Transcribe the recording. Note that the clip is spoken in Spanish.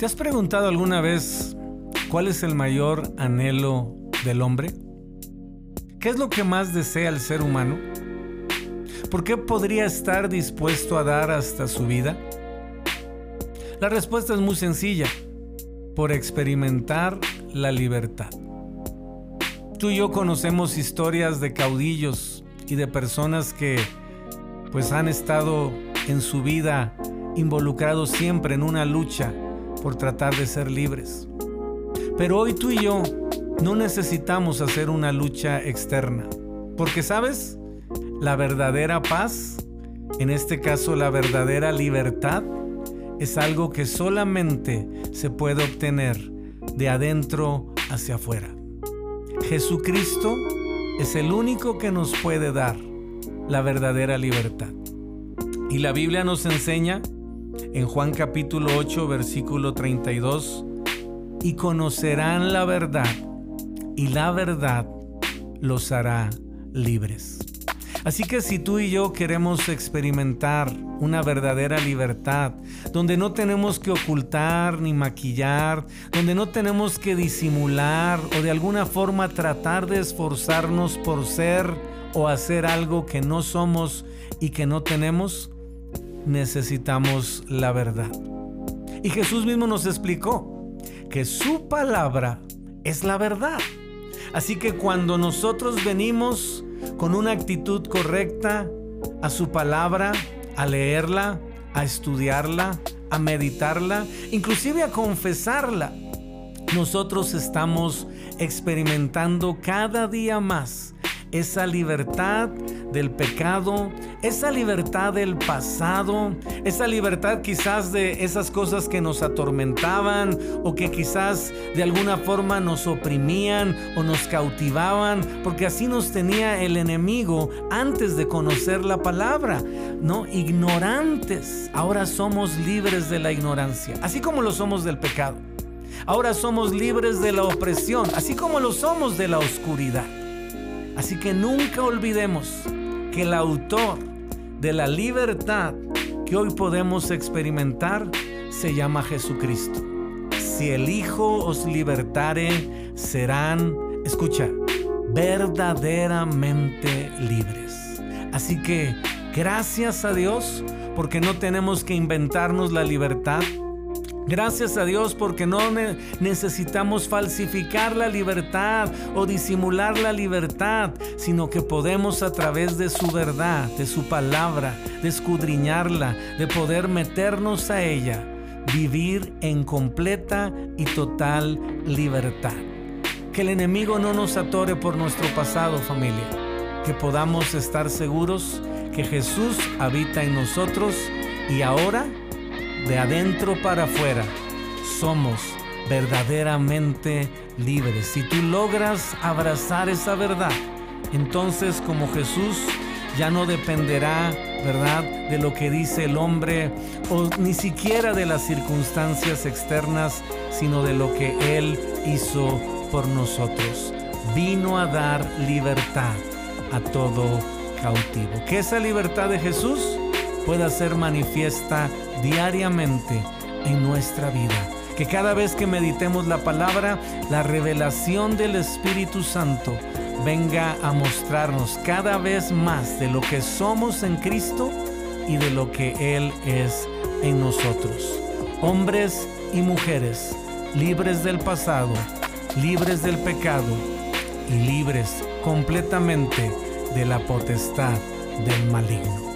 ¿Te has preguntado alguna vez cuál es el mayor anhelo del hombre? ¿Qué es lo que más desea el ser humano? ¿Por qué podría estar dispuesto a dar hasta su vida? La respuesta es muy sencilla: por experimentar la libertad. Tú y yo conocemos historias de caudillos y de personas que pues han estado en su vida involucrados siempre en una lucha por tratar de ser libres. Pero hoy tú y yo no necesitamos hacer una lucha externa, porque ¿sabes? La verdadera paz, en este caso la verdadera libertad, es algo que solamente se puede obtener de adentro hacia afuera. Jesucristo es el único que nos puede dar la verdadera libertad. Y la Biblia nos enseña en Juan capítulo 8, versículo 32, y conocerán la verdad, y la verdad los hará libres. Así que si tú y yo queremos experimentar una verdadera libertad, donde no tenemos que ocultar ni maquillar, donde no tenemos que disimular o de alguna forma tratar de esforzarnos por ser o hacer algo que no somos y que no tenemos, necesitamos la verdad. Y Jesús mismo nos explicó que su palabra es la verdad. Así que cuando nosotros venimos con una actitud correcta a su palabra, a leerla, a estudiarla, a meditarla, inclusive a confesarla, nosotros estamos experimentando cada día más esa libertad del pecado, esa libertad del pasado, esa libertad quizás de esas cosas que nos atormentaban o que quizás de alguna forma nos oprimían o nos cautivaban, porque así nos tenía el enemigo antes de conocer la palabra, ¿no? Ignorantes. Ahora somos libres de la ignorancia, así como lo somos del pecado. Ahora somos libres de la opresión, así como lo somos de la oscuridad. Así que nunca olvidemos que el autor de la libertad que hoy podemos experimentar se llama Jesucristo. Si el Hijo os libertare, serán, escucha, verdaderamente libres. Así que gracias a Dios porque no tenemos que inventarnos la libertad. Gracias a Dios porque no necesitamos falsificar la libertad o disimular la libertad, sino que podemos a través de su verdad, de su palabra, de escudriñarla, de poder meternos a ella, vivir en completa y total libertad. Que el enemigo no nos atore por nuestro pasado, familia. Que podamos estar seguros que Jesús habita en nosotros y ahora, de adentro para afuera, somos verdaderamente libres. Si tú logras abrazar esa verdad, entonces como Jesús ya no dependerá, ¿verdad?, de lo que dice el hombre o ni siquiera de las circunstancias externas, sino de lo que Él hizo por nosotros. Vino a dar libertad a todo cautivo. Que esa libertad de Jesús pueda ser manifiesta diariamente en nuestra vida. Que cada vez que meditemos la palabra, la revelación del Espíritu Santo venga a mostrarnos cada vez más de lo que somos en Cristo y de lo que Él es en nosotros. Hombres y mujeres libres del pasado, libres del pecado y libres completamente de la potestad del maligno.